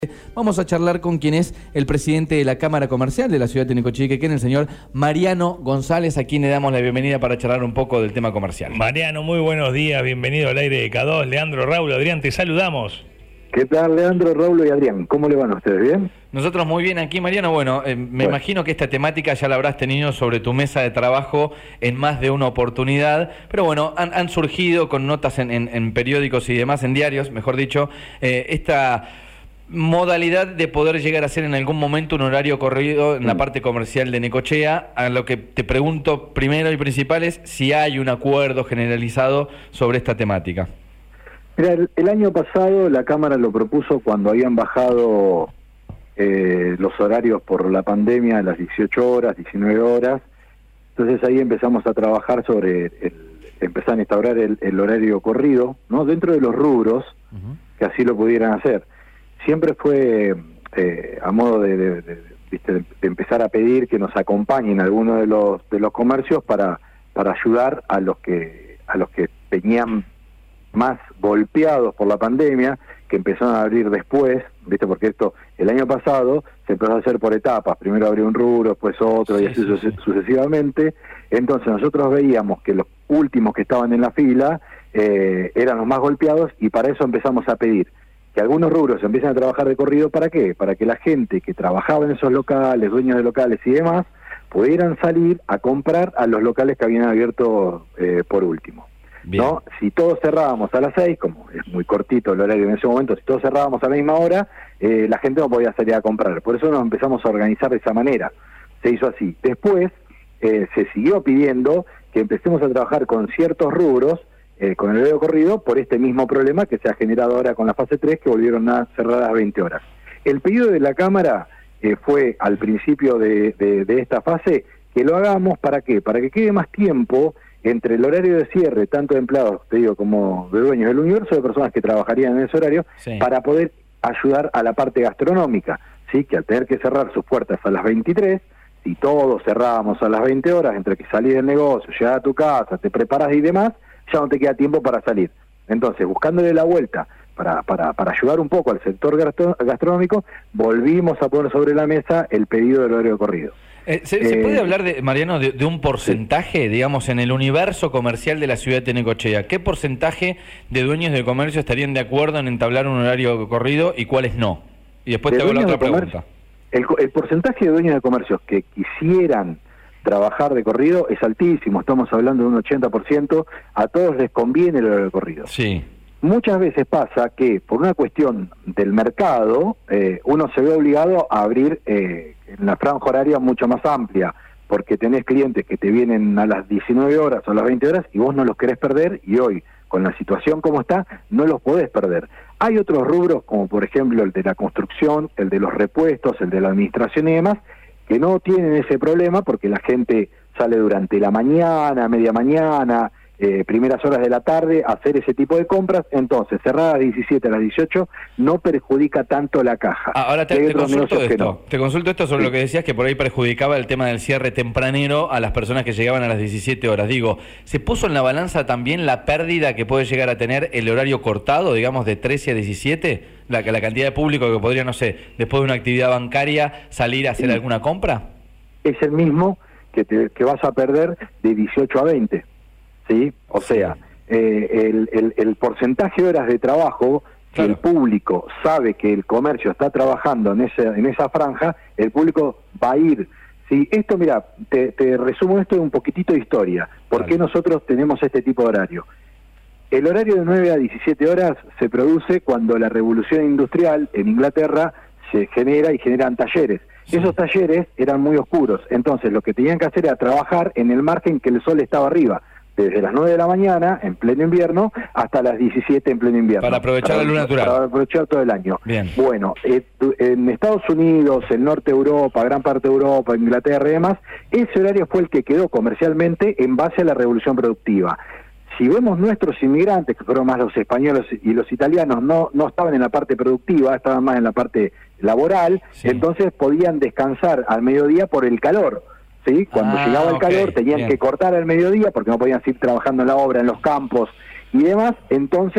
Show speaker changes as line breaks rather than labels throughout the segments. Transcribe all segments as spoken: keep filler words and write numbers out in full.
Vamos a charlar con quien es el presidente de la Cámara Comercial de la ciudad de Necochea, el señor Mariano González, a quien le damos la bienvenida para charlar un poco del tema comercial.
Mariano, muy buenos días, bienvenido al aire de K dos. Leandro, Raúl, Adrián, te saludamos.
¿Qué tal, Leandro, Raúl y Adrián? ¿Cómo le van a ustedes? ¿Bien?
Nosotros muy bien aquí, Mariano. Bueno, eh, me bueno. imagino que esta temática ya la habrás tenido sobre tu mesa de trabajo en más de una oportunidad, pero bueno, han, han surgido con notas en, en, en periódicos y demás, en diarios, mejor dicho, eh, esta modalidad de poder llegar a hacer en algún momento un horario corrido en la parte comercial de Necochea. A lo que te pregunto primero y principal es si hay un acuerdo generalizado sobre esta temática.
Mira, el, el año pasado la Cámara lo propuso cuando habían bajado eh, los horarios por la pandemia a las dieciocho horas, diecinueve horas. Entonces ahí empezamos a trabajar sobre, el, empezar a instaurar el, el horario corrido, ¿no? Dentro de los rubros, uh-huh. que así lo pudieran hacer. Siempre fue eh, a modo de, de, de, de, de empezar a pedir que nos acompañen algunos de los de los comercios para para ayudar a los que a los que venían más golpeados por la pandemia, que empezaron a abrir después, viste, porque esto el año pasado se empezó a hacer por etapas, primero abrió un rubro, después otro, sí, y así sí, sí. sucesivamente. Entonces nosotros veíamos que los últimos que estaban en la fila eh, eran los más golpeados, y para eso empezamos a pedir que algunos rubros empiecen a trabajar de corrido. ¿Para qué? Para que la gente que trabajaba en esos locales, dueños de locales y demás, pudieran salir a comprar a los locales que habían abierto eh, por último. Bien. ¿No? Si todos cerrábamos a las seis, como es muy cortito el horario en ese momento, si todos cerrábamos a la misma hora, eh, la gente no podía salir a comprar. Por eso nos empezamos a organizar de esa manera. Se hizo así. Después eh, se siguió pidiendo que empecemos a trabajar con ciertos rubros, Eh, con el horario corrido, por este mismo problema que se ha generado ahora con la fase tres, que volvieron a cerrar a las veinte horas. El pedido de la Cámara eh, fue al principio de, de, de esta fase que lo hagamos. ¿Para qué? Para que quede más tiempo entre el horario de cierre, tanto de empleados, te digo, como de dueños del universo de personas que trabajarían en ese horario, sí. para poder ayudar a la parte gastronómica, ¿sí? Que al tener que cerrar sus puertas a las veintitrés, si todos cerrábamos a las veinte horas, entre que salís del negocio, llegas a tu casa, te preparas y demás, ya no te queda tiempo para salir. Entonces, buscándole la vuelta para, para, para ayudar un poco al sector gastro, gastronómico, volvimos a poner sobre la mesa el pedido del horario corrido.
Eh, ¿se, eh, ¿Se puede hablar, de Mariano, de, de un porcentaje, sí. digamos, en el universo comercial de la ciudad de Necochea? ¿Qué porcentaje de dueños de comercio estarían de acuerdo en entablar un horario corrido y cuáles no? Y después de te hago la otra pregunta.
El, el porcentaje de dueños de comercios que quisieran trabajar de corrido es altísimo, estamos hablando de un ochenta por ciento, a todos les conviene el horario de corrido.
Sí.
Muchas veces pasa que por una cuestión del mercado, eh, uno se ve obligado a abrir eh, en la franja horaria mucho más amplia, porque tenés clientes que te vienen a las diecinueve horas o a las veinte horas y vos no los querés perder, y hoy, con la situación como está, no los podés perder. Hay otros rubros, como por ejemplo el de la construcción, el de los repuestos, el de la administración y demás, que no tienen ese problema porque la gente sale durante la mañana, media mañana, eh, primeras horas de la tarde a hacer ese tipo de compras. Entonces, cerrar a las diecisiete, a las dieciocho, no perjudica tanto la caja.
Ah, ahora te, te consulto esto,
no.
te consulto esto sobre sí. lo que decías, que por ahí perjudicaba el tema del cierre tempranero a las personas que llegaban a las diecisiete horas. Digo, ¿se puso en la balanza también la pérdida que puede llegar a tener el horario cortado, digamos, de trece a diecisiete? La, la cantidad de público que podría, no sé, después de una actividad bancaria, salir a hacer sí. alguna compra.
Es el mismo que, te, que vas a perder de dieciocho a veinte, ¿sí? O sí. sea, eh, el, el, el porcentaje de horas de trabajo que claro. el público sabe que el comercio está trabajando en esa, en esa franja, el público va a ir. Sí, esto, mira, te, te resumo esto de un poquitito de historia. ¿Por claro. qué nosotros tenemos este tipo de horario? El horario de nueve a diecisiete horas se produce cuando la revolución industrial en Inglaterra se genera y generan talleres. Sí. Esos talleres eran muy oscuros, entonces lo que tenían que hacer era trabajar en el margen que el sol estaba arriba, desde las nueve de la mañana, en pleno invierno, hasta las diecisiete en pleno invierno.
Para aprovechar para, la luz natural.
Para aprovechar todo el año.
Bien.
Bueno, eh, en Estados Unidos, en Norte de Europa, gran parte de Europa, Inglaterra y demás, ese horario fue el que quedó comercialmente en base a la revolución productiva. Si vemos nuestros inmigrantes, que fueron más los españoles y los italianos, no no estaban en la parte productiva, estaban más en la parte laboral, sí. entonces podían descansar al mediodía por el calor, ¿sí? Cuando ah, llegaba el okay. calor tenían Bien. que cortar al mediodía porque no podían seguir trabajando en la obra, en los campos y demás, entonces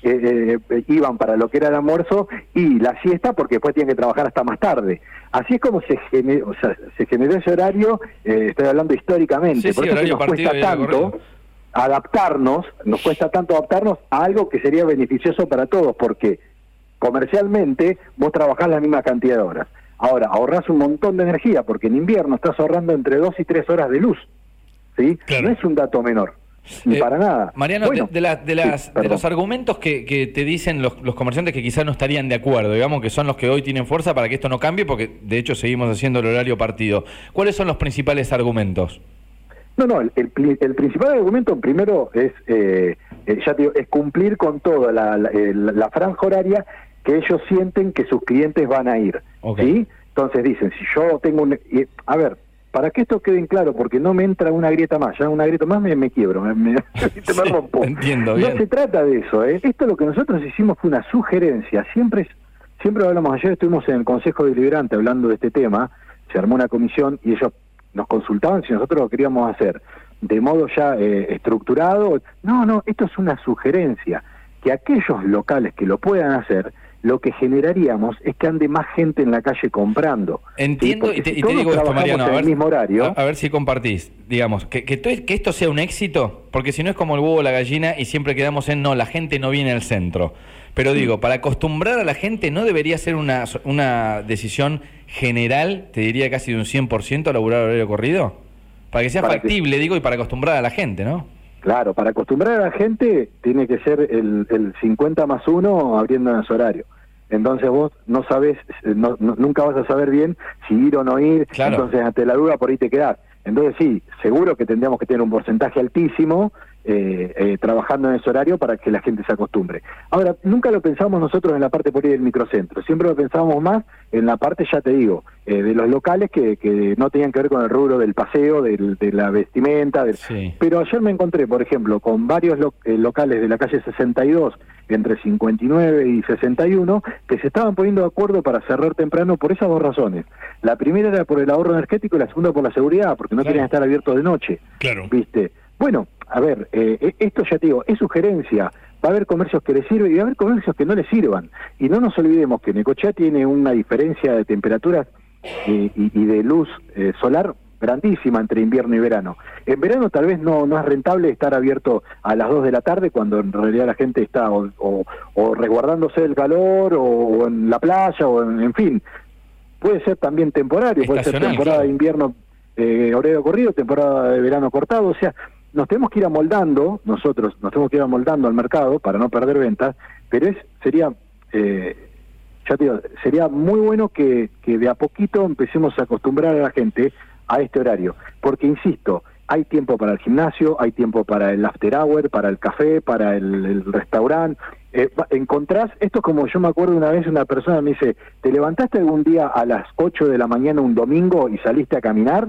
eh, eh, iban para lo que era el almuerzo y la siesta porque después tienen que trabajar hasta más tarde. Así es como se generó, o sea, se generó ese horario, eh, estoy hablando históricamente,
sí,
por
sí,
eso que nos
partido,
cuesta tanto adaptarnos, nos cuesta tanto adaptarnos a algo que sería beneficioso para todos, porque comercialmente vos trabajás la misma cantidad de horas. Ahora, ahorrás un montón de energía, porque en invierno estás ahorrando entre dos y tres horas de luz, ¿sí?
Claro.
No es un dato menor. Ni eh, para nada.
Mariano,
bueno,
de, de, la, de, las, sí, de los argumentos que, que te dicen los, los comerciantes que quizás no estarían de acuerdo, digamos que son los que hoy tienen fuerza para que esto no cambie, porque de hecho seguimos haciendo el horario partido. ¿Cuáles son los principales argumentos?
No, no, el, el, el principal argumento primero es, eh, eh, ya te digo, es cumplir con toda la, la, la, la franja horaria que ellos sienten que sus clientes van a ir, okay. ¿sí? Entonces dicen, si yo tengo un... Y, a ver, para que esto quede en claro, porque no me entra una grieta más, ya una grieta más me, me quiebro, me, me, sí, me rompo.
Entiendo,
no
bien.
se trata de eso, ¿eh? Esto lo que nosotros hicimos fue una sugerencia, siempre, siempre hablamos, ayer estuvimos en el Consejo Deliberante hablando de este tema, se armó una comisión y ellos nos consultaban si nosotros lo queríamos hacer de modo ya eh, estructurado. No, no, esto es una sugerencia, que aquellos locales que lo puedan hacer, lo que generaríamos es que ande más gente en la calle comprando.
Entiendo,
¿sí?
y te,
si
y te digo esto, Mariano, a ver,
mismo horario,
a, a ver si compartís, digamos, que, que, que esto sea un éxito, porque si no es como el huevo o la gallina y siempre quedamos en, no, la gente no viene al centro. Pero digo, para acostumbrar a la gente, ¿no debería ser una, una decisión general, te diría casi de un cien por ciento, a laburar horario corrido? Para que sea para factible, que... digo, y para acostumbrar a la gente, ¿no? Claro, para acostumbrar a la gente tiene que ser el, el cincuenta más uno abriendo en su horario. Entonces vos no sabés, no, no, nunca vas a saber bien si ir o no ir, claro. Entonces ante la duda por ahí te quedás. Entonces sí, seguro que tendríamos que tener un porcentaje altísimo eh, eh, trabajando en ese horario para que la gente se acostumbre. Ahora, nunca lo pensamos nosotros en la parte por ahí del microcentro, siempre lo pensábamos más en la parte, ya te digo, eh, de los locales que, que no tenían que ver con el rubro del paseo, del, de la vestimenta. Del... Sí. Pero ayer me encontré, por ejemplo, con varios lo, eh, locales de la calle sesenta y dos, entre cincuenta y nueve y sesenta y uno, que se estaban poniendo de acuerdo para cerrar temprano por esas dos razones. La primera era por el ahorro energético y la segunda por la seguridad, porque no claro. querían estar abiertos de noche.
Claro. ¿Viste?
Bueno, a ver, eh, esto ya te digo, es sugerencia. Va a haber comercios que les sirven y va a haber comercios que no les sirvan. Y no nos olvidemos que Necochea tiene una diferencia de temperaturas y, y, y de luz eh, solar grandísima entre invierno y verano. En verano tal vez no, no es rentable estar abierto a las dos de la tarde cuando en realidad la gente está o, o, o resguardándose del calor o, o en la playa o en, en fin. Puede ser también temporario, puede ser temporada claro. de invierno eh, horario corrido, temporada de verano cortado, o sea, nos tenemos que ir amoldando, nosotros nos tenemos que ir amoldando al mercado para no perder ventas, pero es sería eh, ya te digo, sería muy bueno que, que de a poquito empecemos a acostumbrar a la gente a este horario, porque insisto, hay tiempo para el gimnasio, hay tiempo para el after hour, para el café, para el, el restaurante. Eh, encontrás, esto es como yo me acuerdo una vez una persona me dice, ¿te levantaste algún día a las ocho de la mañana un domingo y saliste a caminar?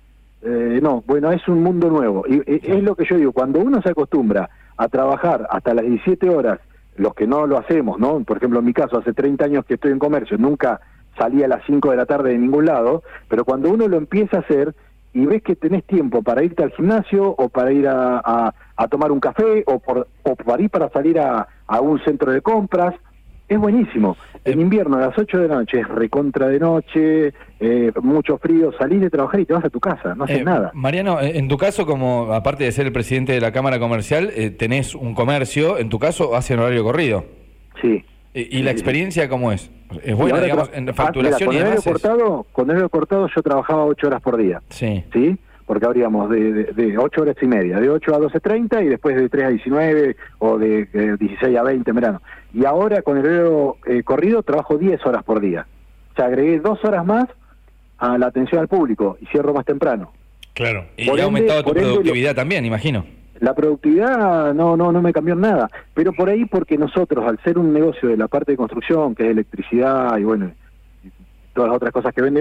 Eh, no, bueno, es un mundo nuevo. Y eh, es lo que yo digo, cuando uno se acostumbra a trabajar hasta las diecisiete horas, los que no lo hacemos, ¿no? Por ejemplo, en mi caso, hace treinta años que estoy en comercio, nunca salí a las cinco de la tarde de ningún lado, pero cuando uno lo empieza a hacer y ves que tenés tiempo para irte al gimnasio o para ir a, a, a tomar un café o, por, o para ir para salir a, a un centro de compras, es buenísimo. En invierno a las ocho de la noche es recontra de noche, eh, mucho frío, salís de trabajar y te vas a tu casa, no haces eh, nada.
Mariano, en tu caso, como aparte de ser el presidente de la Cámara Comercial, eh, tenés un comercio, en tu caso hacen horario corrido.
Sí.
¿Y, y la experiencia cómo es? ¿Es buena, digamos, en facturación
ah, mira, con y demás? Horario cortado, con horario cortado yo trabajaba ocho horas por día.
Sí.
¿Sí? Porque habríamos de, de, de ocho horas y media, de ocho a doce treinta y después de tres a diecinueve o de, de dieciséis a veinte en verano. Y ahora con el horario eh, corrido trabajo diez horas por día. O sea, agregué dos horas más a la atención al público y cierro más temprano.
Claro.
Y ha aumentado tu productividad también, imagino.
La productividad no no no me cambió en nada, pero por ahí porque nosotros, al ser un negocio de la parte de construcción, que es electricidad y bueno, todas las otras cosas que vendemos,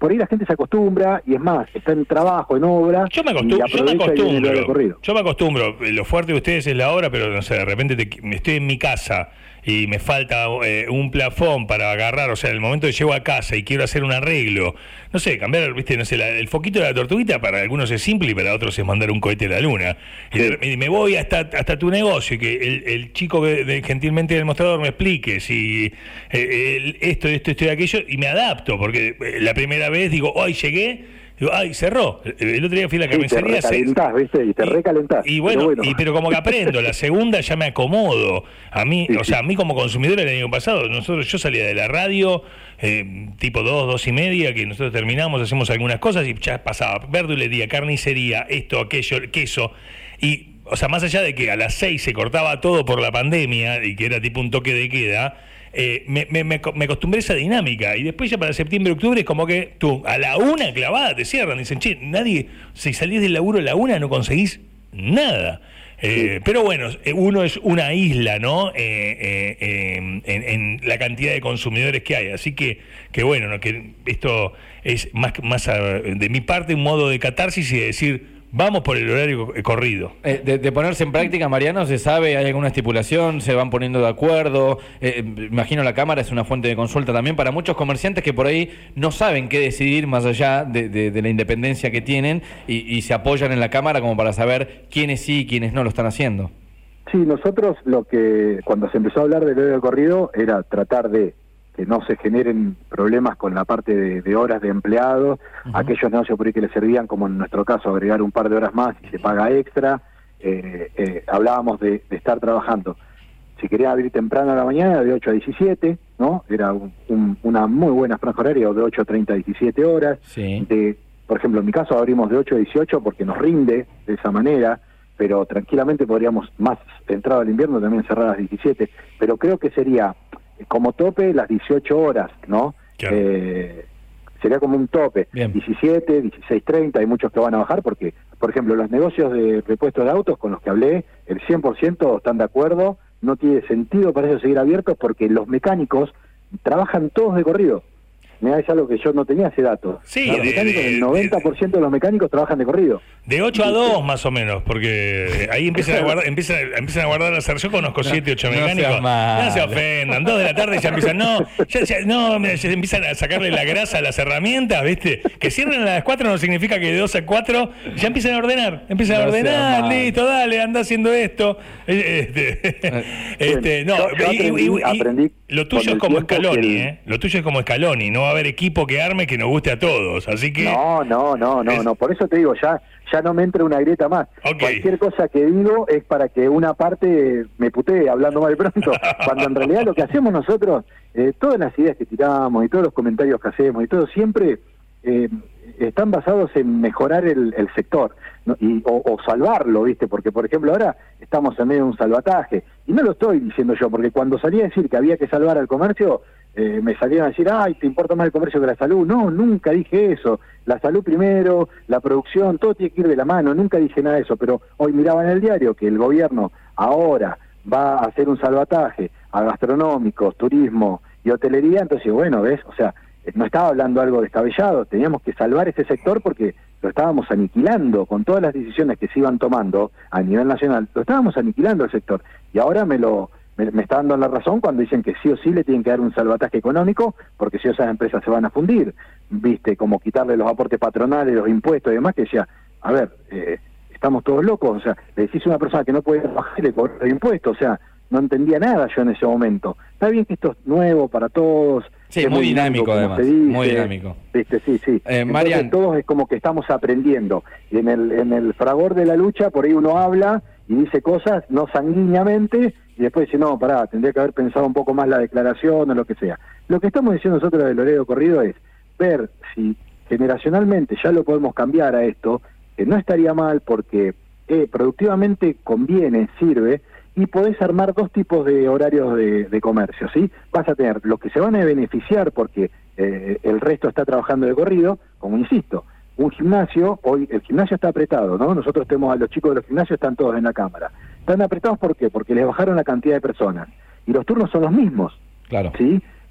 por ahí la gente se acostumbra y es más, está en trabajo, en obra.
Yo me acostumbro, yo me acostumbro, yo me acostumbro. Lo fuerte de ustedes es la obra, pero no sé, de repente te, estoy en mi casa y me falta eh, un plafón para agarrar, o sea, en el momento que llego a casa y quiero hacer un arreglo, no sé, cambiar, viste, no sé, la, el foquito de la tortuguita para algunos es simple y para otros es mandar un cohete a la luna. Y,
sí.
de, y me voy hasta hasta tu negocio y que el, el chico que de, gentilmente del mostrador me explique si eh, el, esto, esto, esto y aquello, y me adapto, porque eh, la primera vez digo, hoy llegué, digo, ay, cerró. El otro día fui a la carnicería.
Sí, te recalentás, ¿viste? Y te
y,
recalentás.
Y bueno,
bueno.
Y, pero como que aprendo, la segunda ya me acomodo. A mí,
sí,
o sea,
sí.
a mí como consumidor el año pasado, nosotros yo salía de la radio, eh, tipo dos, dos y media, que nosotros terminamos, hacemos algunas cosas y ya pasaba verdulería, carnicería, esto, aquello, queso. Y, o sea, más allá de que a las seis se cortaba todo por la pandemia y que era tipo un toque de queda, Eh, me, me, me, me acostumbré a esa dinámica y después ya para septiembre, octubre es como que tú a la una clavada te cierran, dicen, che, nadie, si salís del laburo a la una no conseguís nada. Eh,
sí.
Pero bueno, uno es una isla, ¿no? Eh, eh, eh, en, en la cantidad de consumidores que hay, así que, que bueno, ¿no? Que esto es más, más a, de mi parte un modo de catarsis y de decir, vamos por el horario corrido.
Eh, de, de ponerse en práctica, Mariano, ¿se sabe? ¿Hay alguna estipulación? ¿Se van poniendo de acuerdo? Eh, imagino la Cámara es una fuente de consulta también para muchos comerciantes que por ahí no saben qué decidir más allá de, de, de la independencia que tienen y, y se apoyan en la Cámara como para saber quiénes sí y quiénes no lo están haciendo.
Sí, nosotros lo que, cuando se empezó a hablar del horario corrido, era tratar de que no se generen problemas con la parte de, de horas de empleados, uh-huh. aquellos negocios por ahí que les servían, como en nuestro caso, agregar un par de horas más y se paga extra. Eh, eh, hablábamos de, de estar trabajando. Si quería abrir temprano a la mañana, de ocho a diecisiete, ¿no? Era un, un, una muy buena franja horaria, de ocho treinta a diecisiete horas.
Sí.
De, por ejemplo, en mi caso abrimos de ocho a dieciocho porque nos rinde de esa manera, pero tranquilamente podríamos, más entrado al invierno, también cerrar a las diecisiete. Pero creo que sería como tope las dieciocho horas, ¿no?
Claro.
Eh, sería como un tope.
Bien.
diecisiete, dieciséis treinta, hay muchos que van a bajar porque, por ejemplo, los negocios de repuestos de autos con los que hablé, el cien por ciento están de acuerdo, no tiene sentido para ellos seguir abiertos porque los mecánicos trabajan todos de corrido. Mirá, es algo que yo no tenía ese dato.
Sí,
los
de,
mecánicos,
de,
el noventa por ciento de, de los mecánicos trabajan de corrido.
De ocho a dos más o menos, porque ahí empiezan a guardar, empiezan, empiezan a guardar las... Yo conozco siete, ocho mecánicos.
No,
no se ofendan, dos de la tarde ya empiezan, no, ya, ya, no, ya empiezan a sacarle la grasa a las herramientas, ¿viste? Que cierren a las cuatro no significa que de dos a cuatro ya empiezan a ordenar, empiezan
no
a ordenar, listo, dale, anda haciendo esto. Este, este, no,
yo, yo aprendí,
y, y, y,
aprendí
lo tuyo es como Scaloni,
el...
¿eh? Lo tuyo es como Scaloni, no va a haber equipo que arme que nos guste a todos, así que...
No, no, no, no,
es...
no, por eso te digo, ya ya no me entra una grieta más.
Okay.
Cualquier cosa que digo es para que una parte me putee hablando mal pronto, cuando en realidad lo que hacemos nosotros, eh, todas las ideas que tiramos y todos los comentarios que hacemos y todo, siempre eh, están basados en mejorar el, el sector, ¿no? y, o, o salvarlo, ¿viste? Porque, por ejemplo, ahora estamos en medio de un salvataje, y no lo estoy diciendo yo, porque cuando salí a decir que había que salvar al comercio, Eh, me salieron a decir, ay, ¿te importa más el comercio que la salud? No, nunca dije eso. La salud primero, la producción, todo tiene que ir de la mano. Nunca dije nada de eso, pero hoy miraba en el diario que el gobierno ahora va a hacer un salvataje a gastronómicos, turismo y hotelería. Entonces, bueno, ¿ves? O sea, no estaba hablando algo descabellado. Teníamos que salvar ese sector porque lo estábamos aniquilando con todas las decisiones que se iban tomando a nivel nacional. Lo estábamos aniquilando el sector. Y ahora me lo... Me, me está dando la razón cuando dicen que sí o sí le tienen que dar un salvataje económico, porque si esas empresas se van a fundir, viste, como quitarle los aportes patronales, los impuestos y demás, que decía, a ver, eh, estamos todos locos, o sea, le decís a una persona que no puede trabajar y le cobra el impuesto, o sea, no entendía nada yo en ese momento. Está bien que esto es nuevo para todos.
Sí, muy dinámico además, dice, muy dinámico.
Viste, sí, sí.
Eh, Marian,
todos es como que estamos aprendiendo. Y en el, en el fragor de la lucha, por ahí uno habla y dice cosas no sanguíneamente, y después dice, no, pará, tendría que haber pensado un poco más la declaración o lo que sea. Lo que estamos diciendo nosotros del horario corrido es ver si generacionalmente ya lo podemos cambiar a esto, que no estaría mal porque eh, productivamente conviene, sirve, y podés armar dos tipos de horarios de, de comercio, ¿sí? Vas a tener los que se van a beneficiar porque eh, el resto está trabajando de corrido, como insisto, un gimnasio, hoy el gimnasio está apretado, ¿no? Nosotros tenemos a los chicos de los gimnasios, están todos en la cámara. ¿Están apretados por qué? Porque les bajaron la cantidad de personas. Y los turnos son los mismos,
claro.
¿sí?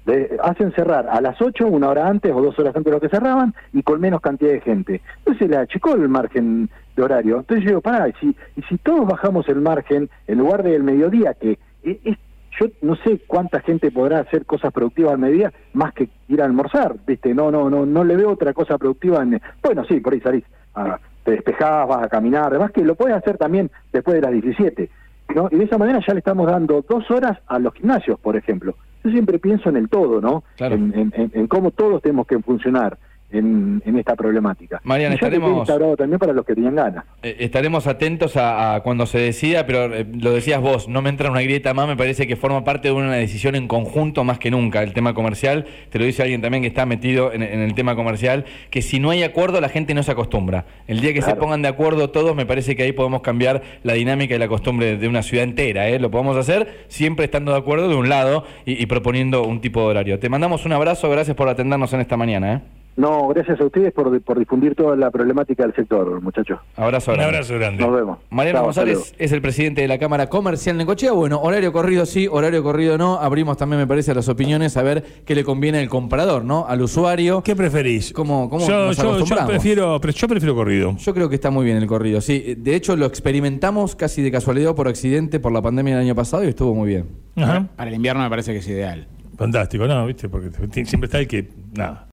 De, hacen cerrar a las ocho, una hora antes o dos horas antes de lo que cerraban, y con menos cantidad de gente. Entonces le achicó el margen de horario. Entonces yo digo, pará, y si, y si todos bajamos el margen, en lugar del mediodía, que es, es, yo no sé cuánta gente podrá hacer cosas productivas al mediodía, más que ir a almorzar, ¿viste? No, no, no, no le veo otra cosa productiva. En, bueno, sí, por ahí salís, a, te despejás, vas a caminar, además que lo puedes hacer también después de las diecisiete, ¿no? Y de esa manera ya le estamos dando dos horas a los gimnasios, por ejemplo. Yo siempre pienso en el todo, ¿no?
Claro.
En, en, en cómo todos tenemos que funcionar en, en esta problemática.
Mariano,
y ya
estaremos...
instaurado también para los que tenían ganas.
Eh, estaremos atentos a, a cuando se decida, pero eh, lo decías vos, no me entra una grieta más, me parece que forma parte de una decisión en conjunto más que nunca, el tema comercial. Te lo dice alguien también que está metido en, en el tema comercial, que si no hay acuerdo la gente no se acostumbra. El día que claro. se pongan de acuerdo todos, me parece que ahí podemos cambiar la dinámica y la costumbre de una ciudad entera, ¿eh? Lo podemos hacer siempre estando de acuerdo de un lado y, y proponiendo un tipo de horario. Te mandamos un abrazo, gracias por atendernos en esta mañana, ¿eh?
No, gracias a ustedes por, por difundir toda la problemática del sector, muchachos.
Abrazo grande.
Un abrazo grande.
Nos vemos.
Mariano Chao, González saludos. Es el presidente de la Cámara Comercial Necochea. Bueno, horario corrido sí, horario corrido no. Abrimos también, me parece, las opiniones a ver qué le conviene al comprador, ¿no? Al usuario.
¿Qué preferís?
¿Cómo, cómo
yo,
nos
yo,
acostumbramos?
Yo prefiero, yo prefiero corrido.
Yo creo que está muy bien el corrido, sí. De hecho, lo experimentamos casi de casualidad o por accidente por la pandemia del año pasado y estuvo muy bien.
Ajá. Para el invierno me parece que es ideal.
Fantástico, ¿no? ¿Viste? Porque siempre está el que... Nada.